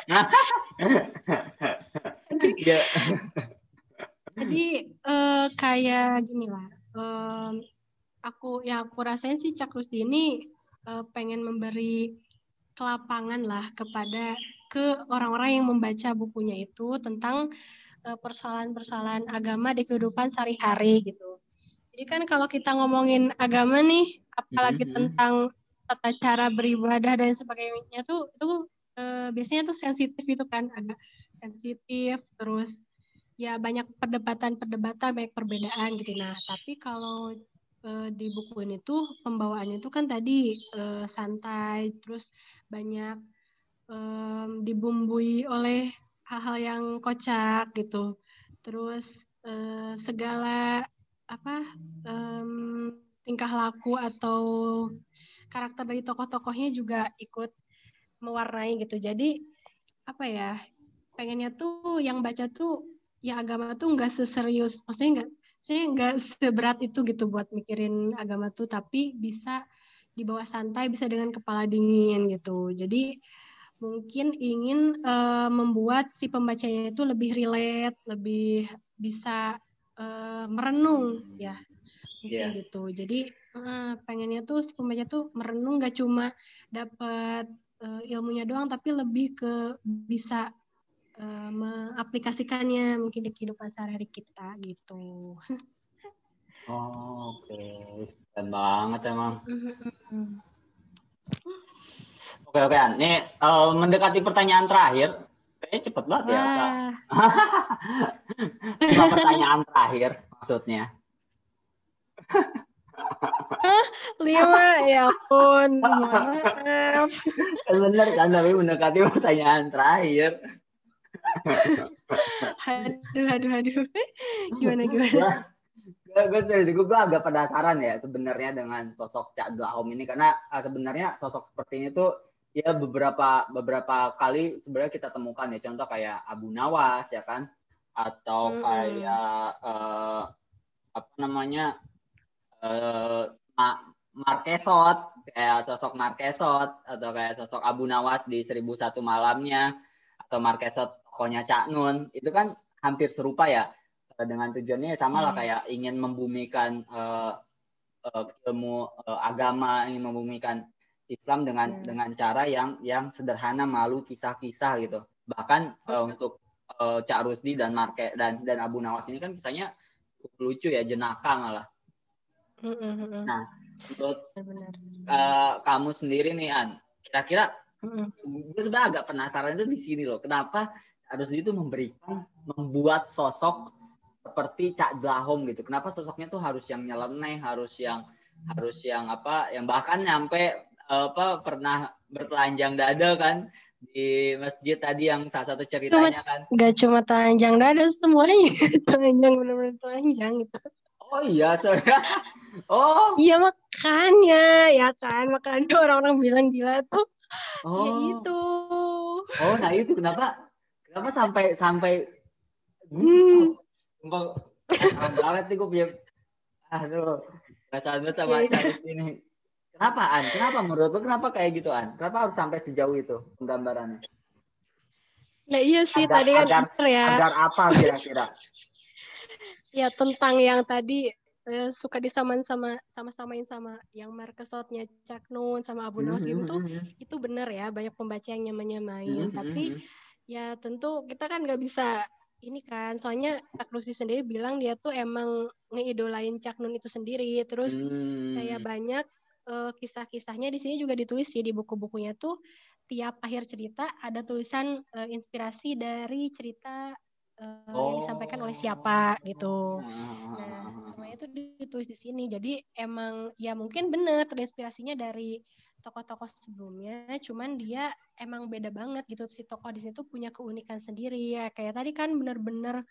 Iya.
Jadi uh, kayak gini lah. Um, aku yang aku rasain sih Cak Rusdi ini uh, pengen memberi kelapangan lah kepada ke orang-orang yang membaca bukunya itu tentang uh, persoalan-persoalan agama di kehidupan sehari-hari gitu. Jadi kan kalau kita ngomongin agama nih, apalagi
Mm-hmm.
tentang tata cara beribadah dan sebagainya tuh itu uh, biasanya tuh sensitif itu kan agak sensitif terus ya banyak perdebatan-perdebatan, banyak perbedaan gitu. Nah, tapi kalau uh, di buku ini tuh pembawaannya tuh kan tadi uh, santai, terus banyak um, dibumbui oleh hal-hal yang kocak gitu. Terus uh, segala apa um, tingkah laku atau karakter dari tokoh-tokohnya juga ikut mewarnai gitu. Jadi apa ya? Pengennya tuh yang baca tuh ya agama tuh nggak seserius, maksudnya nggak, maksudnya nggak seberat itu gitu buat mikirin agama tuh, tapi bisa dibawa santai, bisa dengan kepala dingin gitu. Jadi mungkin ingin uh, membuat si pembacanya itu lebih relate, lebih bisa uh, merenung ya, mungkin
Yeah.
gitu. Jadi uh, pengennya tuh si pembaca tuh merenung, nggak cuma dapat uh, ilmunya doang, tapi lebih ke bisa uh, mengaplikasikannya mungkin di kehidupan sehari-hari kita gitu.
Oh, oke, okay. Keren banget emang. Oke oke, ini uh, mendekati pertanyaan terakhir, kayaknya cepet banget ya kak. Lima pertanyaan terakhir maksudnya.
Lima, ya ampun, maaf.
Bener kan, tapi mendekati pertanyaan terakhir.
Aduh, aduh, aduh. Gimana, gimana?
Gue gue dari gue agak penasaran ya sebenarnya dengan sosok Cak Dlahom ini, karena uh, sebenarnya sosok seperti ini tuh ya beberapa beberapa kali sebenarnya kita temukan ya, contoh kayak Abu Nawas ya kan, atau
Mm-mm.
kayak uh, apa namanya uh, Marquesot, kayak sosok Marquesot, atau kayak sosok Abu Nawas di seribu satu Malamnya, atau Marquesot tokohnya Cak Nun, itu kan hampir serupa ya, dengan tujuannya sama lah, kayak ingin membumikan uh, uh, ilmu uh, agama, ingin membumikan Islam dengan yeah. dengan cara yang yang sederhana, malu kisah-kisah gitu. Bahkan uh, untuk uh, Cak Rusdi dan Marque dan dan Abu Nawas ini kan kisahnya lucu ya, jenaka malah.
Mm-hmm.
Nah, menurut uh, kamu sendiri nih An, kira-kira mm-hmm. gue sebenarnya agak penasaran itu di sini loh, kenapa harus itu memberikan membuat sosok seperti Cak Dlahom gitu. Kenapa sosoknya tuh harus yang nyeleneh, harus yang harus yang apa, yang bahkan nyampe apa pernah bertelanjang dada kan di masjid tadi yang salah satu ceritanya kan.
Gak cuma telanjang dada, semuanya telanjang, benar-benar telanjang gitu.
Oh iya, sorry. Oh.
Iya makanya, ya kan, makanya orang-orang bilang gila tuh.
Oh.
Ya itu.
Oh, nah itu kenapa kenapa sampai sampai hmm. Keren banget nih gue punya, aduh, perasaan banget sama ya, Carus ini. Kenapa An? Kenapa menurut lo kenapa kayak gitu An? Kenapa harus sampai sejauh itu penggambarannya?
Nah iya sih
agar,
tadi kan
agar,
ya.
Agar apa kira-kira?
Ya tentang yang tadi eh, suka disamain sama sama-samain sama yang Marquesotnya Cak Nun sama Abu Nawas gitu tuh, itu benar ya, banyak pembaca yang nyamain-nyamain. Tapi ya tentu kita kan nggak bisa ini kan, soalnya Cak Rusdi sendiri bilang dia tuh emang ngeidolain Cak Nun itu sendiri. Terus hmm. kayak banyak uh, kisah-kisahnya di sini juga ditulis sih di buku-bukunya tuh, tiap akhir cerita ada tulisan uh, inspirasi dari cerita uh, oh. yang disampaikan oleh siapa gitu. Nah, semuanya itu ditulis di sini. Jadi emang ya mungkin bener terinspirasinya dari tokoh-tokoh sebelumnya, cuman dia emang beda banget gitu. Si tokoh di sini tuh punya keunikan sendiri ya. Kayak tadi kan bener-bener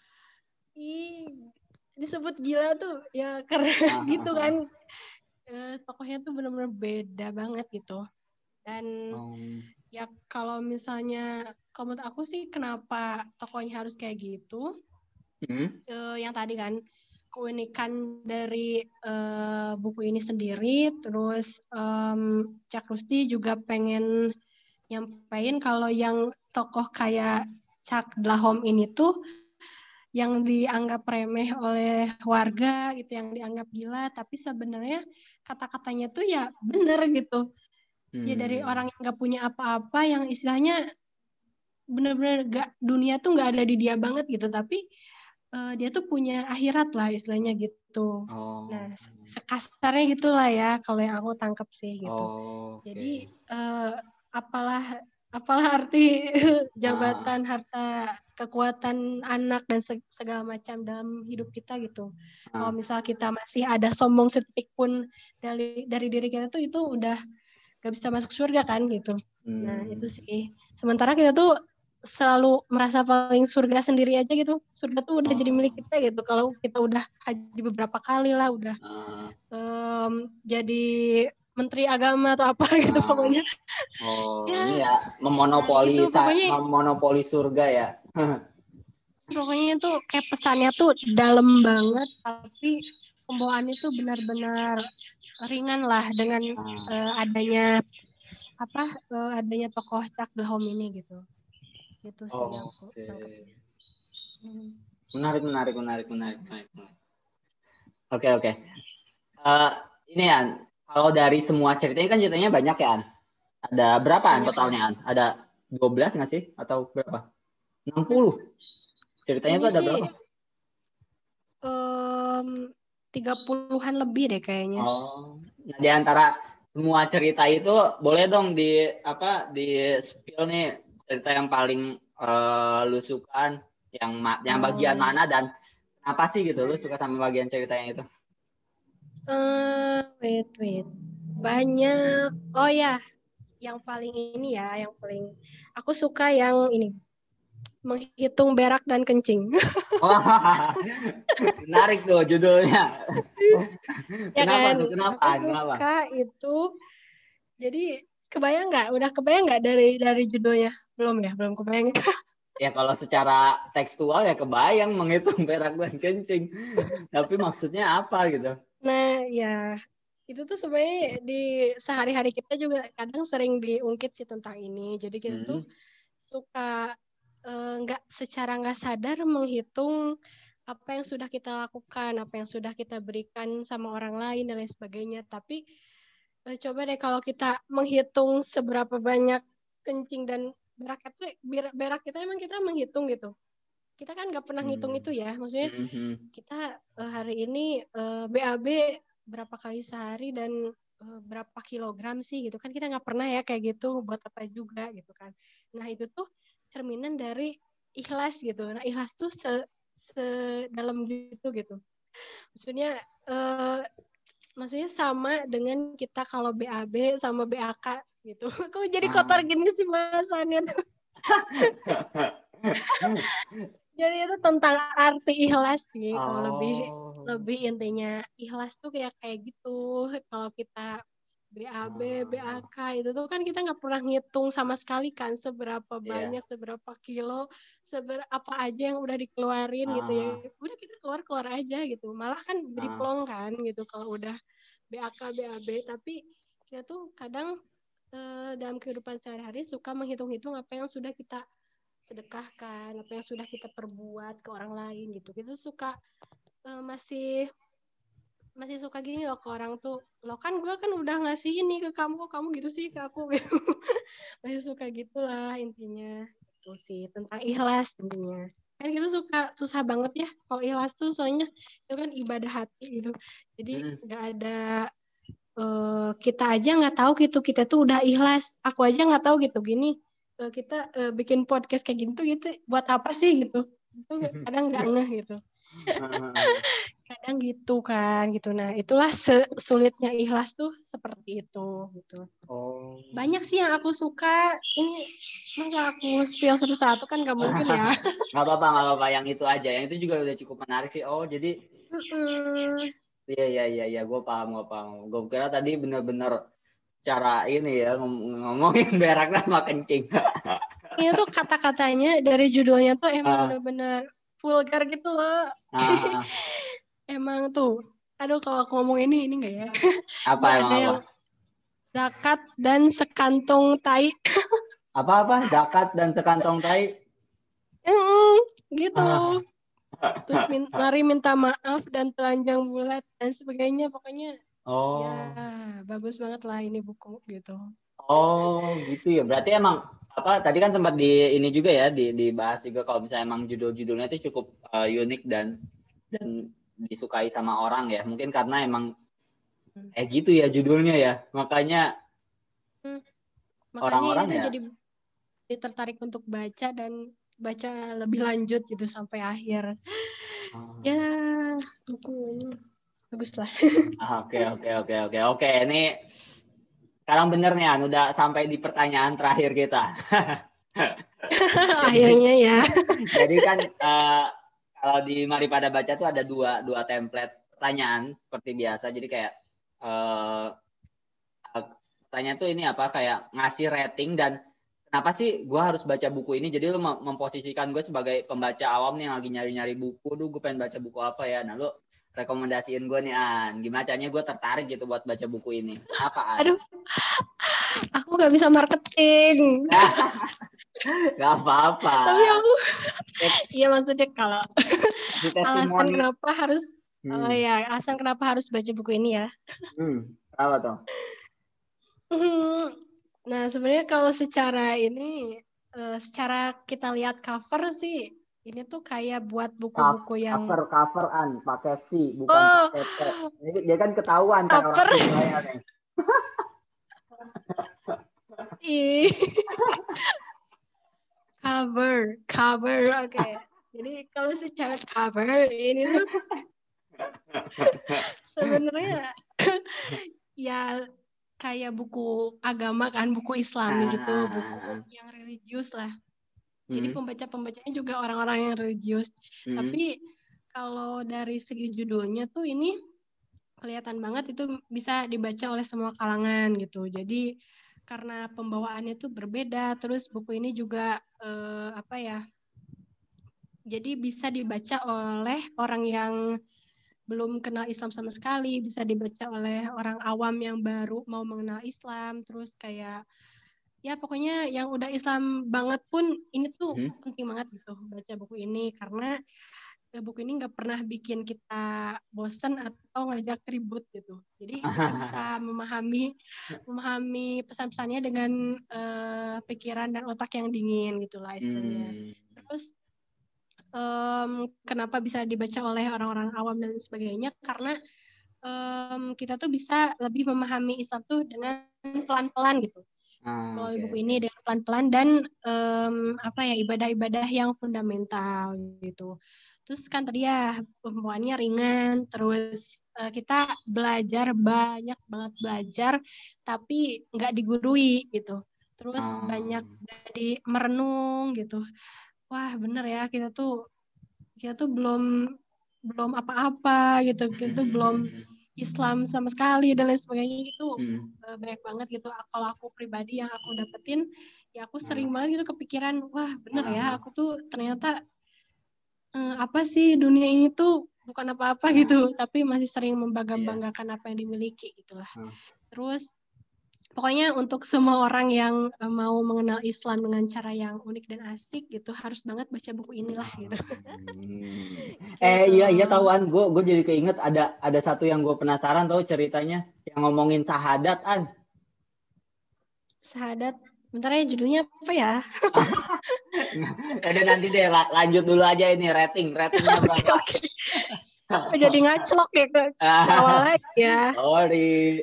ih, disebut gila tuh ya karena ah, gitu kan. Eh, tokohnya tuh bener-bener beda banget gitu. Dan um. ya kalau misalnya kalau menurut aku sih kenapa tokohnya harus kayak gitu, hmm? uh, yang tadi kan keunikan dari uh, buku ini sendiri. Terus um, Cak Rusdi juga pengen nyampein kalau yang tokoh kayak Cak Dlahom ini tuh yang dianggap remeh oleh warga gitu, yang dianggap gila, tapi sebenarnya kata-katanya tuh ya bener gitu. Hmm. Ya dari orang yang gak punya apa-apa, yang istilahnya bener-bener gak, dunia tuh gak ada di dia banget gitu, tapi uh, dia tuh punya akhirat lah istilahnya gitu. Oh. Nah sekasarnya gitulah ya kalau yang aku tangkap sih gitu. Oh, okay. Jadi uh, apalah apalah arti jabatan, ah. harta, kekuatan anak dan segala macam dalam hidup kita gitu. Ah. Kalau misal kita masih ada sombong setitik pun dari dari diri kita tuh, itu udah gak bisa masuk surga kan gitu. Hmm. Nah itu sih. Sementara kita tuh selalu merasa paling surga sendiri aja gitu. Surga tuh udah oh. jadi milik kita gitu. Kalau kita udah haji beberapa kali lah, udah uh. um, jadi menteri agama atau apa gitu uh. pokoknya.
Oh ya, ini ya memonopoli, nah, gitu, pokoknya, memonopoli surga ya.
Pokoknya tuh kayak pesannya tuh dalam banget, tapi pembawaannya tuh benar-benar ringan lah dengan uh. uh, adanya apa uh, adanya tokoh Cak Dlahom ini gitu. Itu sih oh, yang aku tangkap.
Okay. Hmm. Menarik, menarik, menarik, menarik, menarik. Oke, oke. Uh, ini An, kalau dari semua ceritanya kan ceritanya banyak ya An. Ada berapaan
Banyak.
totalnya? Ada dua belas nggak sih? Atau berapa? enam puluh. Ceritanya
Ini
tuh ada
sih
berapa?
um, tiga puluhan lebih deh kayaknya.
Oh. Nah, di antara semua cerita itu boleh dong di apa di spill nih cerita yang paling uh, lu suka, yang yang bagian
Oh.
mana dan kenapa sih gitu lu suka sama bagian ceritanya itu?
Uh, wait, wait. Banyak. Oh ya, yang paling ini ya, yang paling aku suka yang ini. Menghitung berak dan kencing.
Wah, menarik tuh judulnya.
Ya
Kenapa
kan?
tuh? Kenapa?
Aku
Kenapa?
suka itu. Jadi kebayang nggak? Udah kebayang nggak dari dari judulnya? Belum ya? Belum kebayang.
Ya kalau secara tekstual ya kebayang menghitung berak dan kencing. Tapi maksudnya apa gitu?
Nah, ya itu tuh sebenarnya di sehari-hari kita juga kadang sering diungkit sih tentang ini. Jadi kita tuh
Hmm.
suka nggak uh, secara nggak sadar menghitung apa yang sudah kita lakukan, apa yang sudah kita berikan sama orang lain dan lain sebagainya. Tapi uh, coba deh kalau kita menghitung seberapa banyak kencing dan berak itu, berak kita emang kita menghitung gitu. Kita kan nggak pernah ngitung
Hmm.
itu ya, maksudnya
Hmm.
kita uh, hari ini uh, B A B berapa kali sehari dan uh, berapa kilogram sih gitu kan, kita nggak pernah ya kayak gitu, buat apa juga gitu kan. Nah itu tuh cerminan dari ikhlas gitu. Nah ikhlas tuh se, se dalam gitu gitu. Maksudnya uh, maksudnya sama dengan kita kalau B A B sama B A K gitu. Kok jadi kotor gini sih bahasannya tuh. Jadi itu tentang arti ikhlas sih.
Oh.
Kalau lebih lebih intinya ikhlas tuh kayak kayak gitu. Kalau kita B A B, B A K itu tuh kan kita nggak pernah ngitung sama sekali kan seberapa banyak, yeah. seberapa kilo, seberapa apa aja yang udah dikeluarin, ah. gitu ya. Udah kita keluar-keluar aja gitu. Malah kan beri plong kan gitu kalau udah B A K, B A B. Tapi kita tuh kadang eh, dalam kehidupan sehari-hari suka menghitung-hitung apa yang sudah kita sedekahkan, apa yang sudah kita perbuat ke orang lain gitu. Kita suka uh, masih masih suka gini loh ke orang tuh, lo kan gue kan udah ngasih ini ke kamu, kok kamu gitu sih ke aku gitu. Masih suka gitulah intinya. Itu sih tentang ikhlas intinya. Kan kita suka susah banget ya kalau ikhlas tuh, soalnya itu kan ibadah hati gitu. Jadi nggak hmm. ada uh, kita aja nggak tahu gitu kita tuh udah ikhlas. Aku aja nggak tahu gitu gini. Kita uh, bikin podcast kayak gitu gitu buat apa sih gitu, itu kadang nggak ngeh gitu. Kadang gitu kan gitu. Nah itulah sulitnya ikhlas tuh seperti itu gitu. Oh. Banyak sih yang aku suka. Ini masa aku spill satu-satu kan nggak mungkin ya.
Nggak apa-apa, nggak apa-apa, yang itu aja, yang itu juga udah cukup menarik sih. Oh jadi iya iya iya iya gue paham gue paham. Gue kira tadi bener-bener cara ini ya ngom- ngomongin berak sama kencing.
Ini tuh kata-katanya dari judulnya tuh emang uh. bener-bener vulgar gitu loh. Uh. Emang tuh, aduh kalau aku ngomong ini ini enggak ya?
Apa
ya,
emang
ada
apa?
Yang zakat dan sekantong tai.
Apa-apa? Zakat dan sekantong tai?
Mm, gitu. Uh. Terus min- mari minta maaf dan telanjang bulat dan sebagainya, pokoknya. Oh. Ya bagus banget lah ini buku gitu.
Oh gitu ya, berarti emang apa tadi kan sempat di ini juga ya di dibahas juga kalau misalnya emang judul-judulnya itu cukup uh, unik dan dan disukai sama orang ya, mungkin karena emang hmm. eh gitu ya judulnya ya, makanya
hmm. makanya orang-orang itu ya jadi tertarik untuk baca dan baca lebih lanjut gitu sampai akhir. Oh. Ya buku bagus lah.
Oke oke oke oke oke ini sekarang bener nih An, udah sampai di pertanyaan terakhir kita.
Akhirnya ya.
Jadi kan uh, kalau di Mari Pada Baca tuh ada dua dua template pertanyaan seperti biasa. Jadi kayak uh, pertanyaan tuh ini apa kayak ngasih rating dan kenapa sih gue harus baca buku ini. Jadi lu memposisikan gue sebagai pembaca awam nih yang lagi nyari-nyari buku. Duh gue pengen baca buku apa ya. Nah lu rekomendasiin gue nih An, gimana caranya gue tertarik gitu buat baca buku ini. Apa An?
Aduh, aku gak bisa marketing.
Gak apa-apa.
Tapi aku, iya maksudnya kalau alasan kenapa harus, hmm. oh ya alasan kenapa harus baca buku ini ya.
Hmm, apa tuh?
Hmm, Nah, sebenarnya kalau secara ini, uh, secara kita lihat cover sih, ini tuh kayak buat buku-buku yang
cover coveran pakai V bukan
oh,
pakai T. Ini dia kan ketahuan kan orang
cover.
Surabaya nih.
Ih. Cover, cover, oke. Okay. Jadi kalau secara cover ini tuh sebenarnya ya kayak buku agama kan, buku Islami gitu, buku yang religius lah. Jadi pembaca-pembacanya juga orang-orang yang religius. Hmm. Tapi kalau dari segi judulnya tuh ini kelihatan banget itu bisa dibaca oleh semua kalangan gitu. Jadi karena pembawaannya tuh berbeda, terus buku ini juga eh, apa ya? Jadi bisa dibaca oleh orang yang belum kenal Islam sama sekali, bisa dibaca oleh orang awam yang baru mau mengenal Islam, terus kayak ya pokoknya yang udah Islam banget pun ini tuh hmm. penting banget gitu baca buku ini karena ya, buku ini nggak pernah bikin kita bosan atau ngajak ribut gitu. Jadi kita bisa memahami memahami pesan-pesannya dengan uh, pikiran dan otak yang dingin gitulah istilahnya. Hmm. Terus um, kenapa bisa dibaca oleh orang-orang awam dan sebagainya? Karena um, kita tuh bisa lebih memahami Islam tuh dengan pelan-pelan gitu. Ah, melalui okay, buku okay. ini dengan pelan-pelan dan um, apa ya ibadah-ibadah yang fundamental gitu. Terus kan tadi ya pembawaannya ringan, terus uh, kita belajar banyak banget belajar, tapi nggak digurui gitu. Terus ah. banyak jadi merenung gitu. Wah bener ya kita tuh kita tuh belum belum apa-apa gitu, kita tuh belum Islam sama sekali dan lain sebagainya itu hmm. banyak banget gitu. Kalau aku pribadi yang aku dapetin, ya aku sering hmm. banget gitu kepikiran, wah bener hmm. ya aku tuh ternyata eh, apa sih dunia ini tuh bukan apa-apa hmm. gitu, tapi masih sering membangga-banggakan yeah. apa yang dimiliki gitulah. Hmm. Terus pokoknya untuk semua orang yang uh, mau mengenal Islam dengan cara yang unik dan asik gitu harus banget baca buku inilah gitu.
Hmm. gitu. Eh iya iya tahuan gue gue jadi keinget ada ada satu yang gue penasaran tahu ceritanya yang ngomongin sahadat an.
Sahadat, bentar ya judulnya apa ya?
Udah nanti deh lanjut dulu aja ini rating ratingnya berapa?
Oke. Okay, okay. Jadi ngaclok ya ke awal lagi ya.
Sorry.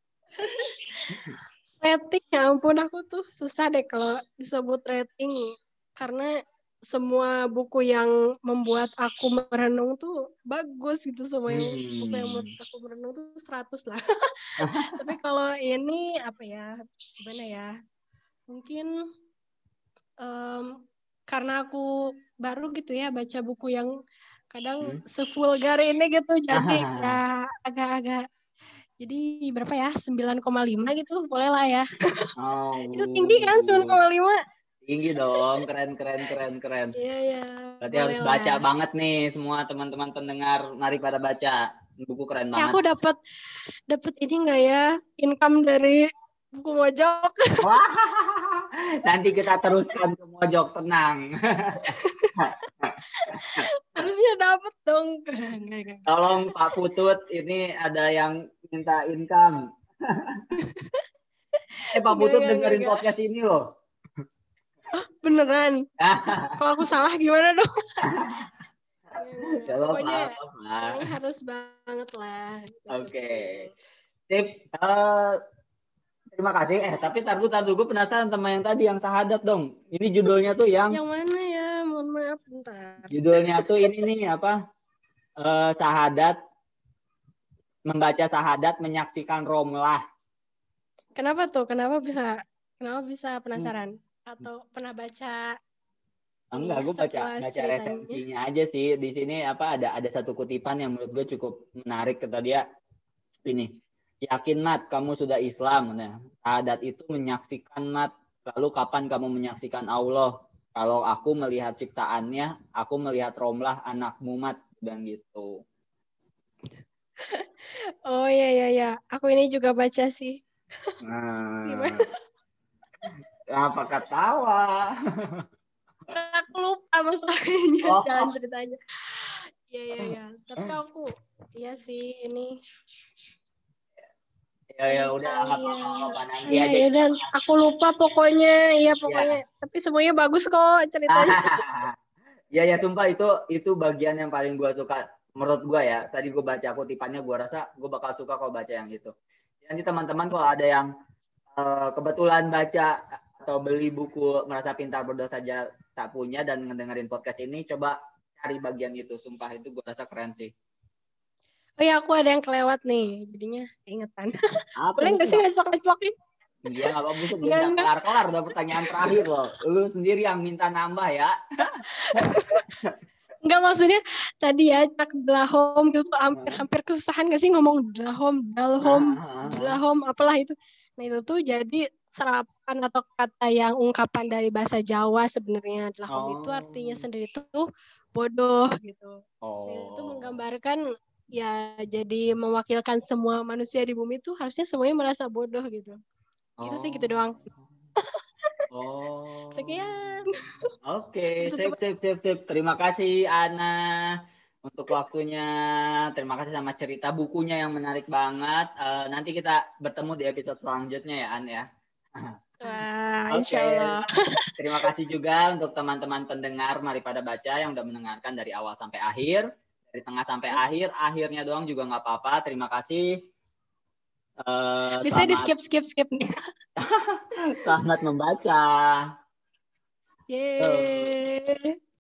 Rating, ya ampun aku tuh susah deh kalau disebut rating karena semua buku yang membuat aku merenung tuh bagus gitu semua yang hmm. buku yang membuat aku merenung tuh seratus lah. Tapi kalau ini apa ya gimana ya mungkin um, karena aku baru gitu ya baca buku yang kadang hmm. sevulgar ini gitu jadi ya agak-agak jadi berapa ya? sembilan koma lima gitu, boleh lah ya. Oh. Itu tinggi kan sembilan koma lima?
Tinggi dong, keren keren keren keren.
Iya iya.
Berarti harus baca lah. Banget nih semua teman-teman pendengar, mari pada baca. Buku keren banget.
Ya aku dapat dapat ini enggak ya? Income dari buku Mojok.
Wah. Nanti kita teruskan ke Mojok, tenang.
Harusnya dapat dong.
Tolong Pak Putut, ini ada yang minta income. eh Pak Putut enggak, dengerin enggak, podcast enggak. Ini loh.
Oh, beneran? Kalau aku salah gimana dong?
Ya,
pokoknya, pokoknya harus banget lah.
Oke. Okay. Tip. Uh, terima kasih. Eh tapi tar dulu, tar dulu gue penasaran sama yang tadi yang sahadat dong. Ini judulnya tuh yang.
Yang mana ya? Mohon maaf bentar.
Judulnya tuh ini nih apa? Uh, sahadat. Membaca sahadat, menyaksikan Romlah.
Kenapa tuh? Kenapa bisa? Kenapa bisa penasaran? Atau pernah baca?
Enggak, gue baca baca resensinya aja sih. Di sini apa ada ada satu kutipan yang menurut gue cukup menarik kata dia. Ini, yakin Mat, kamu sudah Islam. Nah, sahadat itu menyaksikan Mat. Lalu kapan kamu menyaksikan Allah? Kalau aku melihat ciptaannya, aku melihat Romlah anakmu Mat. Dan gitu.
Oh iya iya iya, aku ini juga baca sih.
Nah, gimana? Apa ketawa?
Aku lupa masalahnya, oh. Jalan ceritanya. Iya iya iya. Tapi aku, iya sih ini.
Ya ya udah nggak apa-apa nanti
ya,
aja.
Ya udah, aku lupa pokoknya. Iya pokoknya.
Ya.
Tapi semuanya bagus kok ceritanya.
Ya ya sumpah itu itu bagian yang paling gue suka menurut gue ya. Tadi gue baca kutipannya, gue rasa gue bakal suka kalau baca yang itu. Nanti teman-teman kalau ada yang uh, kebetulan baca atau beli buku Merasa Pintar Bodoh Saja Tak Punya dan ngedengerin podcast ini, coba cari bagian itu. Sumpah itu gue rasa keren sih.
Oh ya, aku ada yang kelewat nih, jadinya keingetan.
Apa
Boleh nggak sih ngacak-ngacakin?
Iya, nggak apa-apa.
Enggak,
Nggak
enggak.
kelar-kelar. Udah pertanyaan terakhir loh. Lu sendiri yang minta nambah ya.
Enggak, maksudnya tadi ya cak dalhom gitu hampir-hampir kesusahan nggak sih ngomong dalhom, dalhom, dalhom, apalah itu. Nah itu tuh jadi serapan atau kata yang ungkapan dari bahasa Jawa sebenarnya. Dalhom
Oh.
itu artinya sendiri tuh bodoh gitu.
Oh.
Nah, itu menggambarkan ya jadi mewakilkan semua manusia di bumi itu harusnya semuanya merasa bodoh gitu. Gitu
Oh.
sih, gitu doang.
Oh.
Sekian.
Oke, okay. sip, sip, sip, sip. Terima kasih Ana untuk waktunya. Terima kasih sama cerita bukunya yang menarik banget. Uh, nanti kita bertemu di episode selanjutnya ya, An ya.
Wah,
Oke.
insya Allah.
Terima kasih juga untuk teman-teman pendengar Mari Pada Baca yang udah mendengarkan dari awal sampai akhir, dari tengah sampai akhir, akhirnya doang juga nggak apa-apa. Terima kasih. Uh,
Bisa
selamat...
di skip skip skip.
Selamat membaca.
Yeay.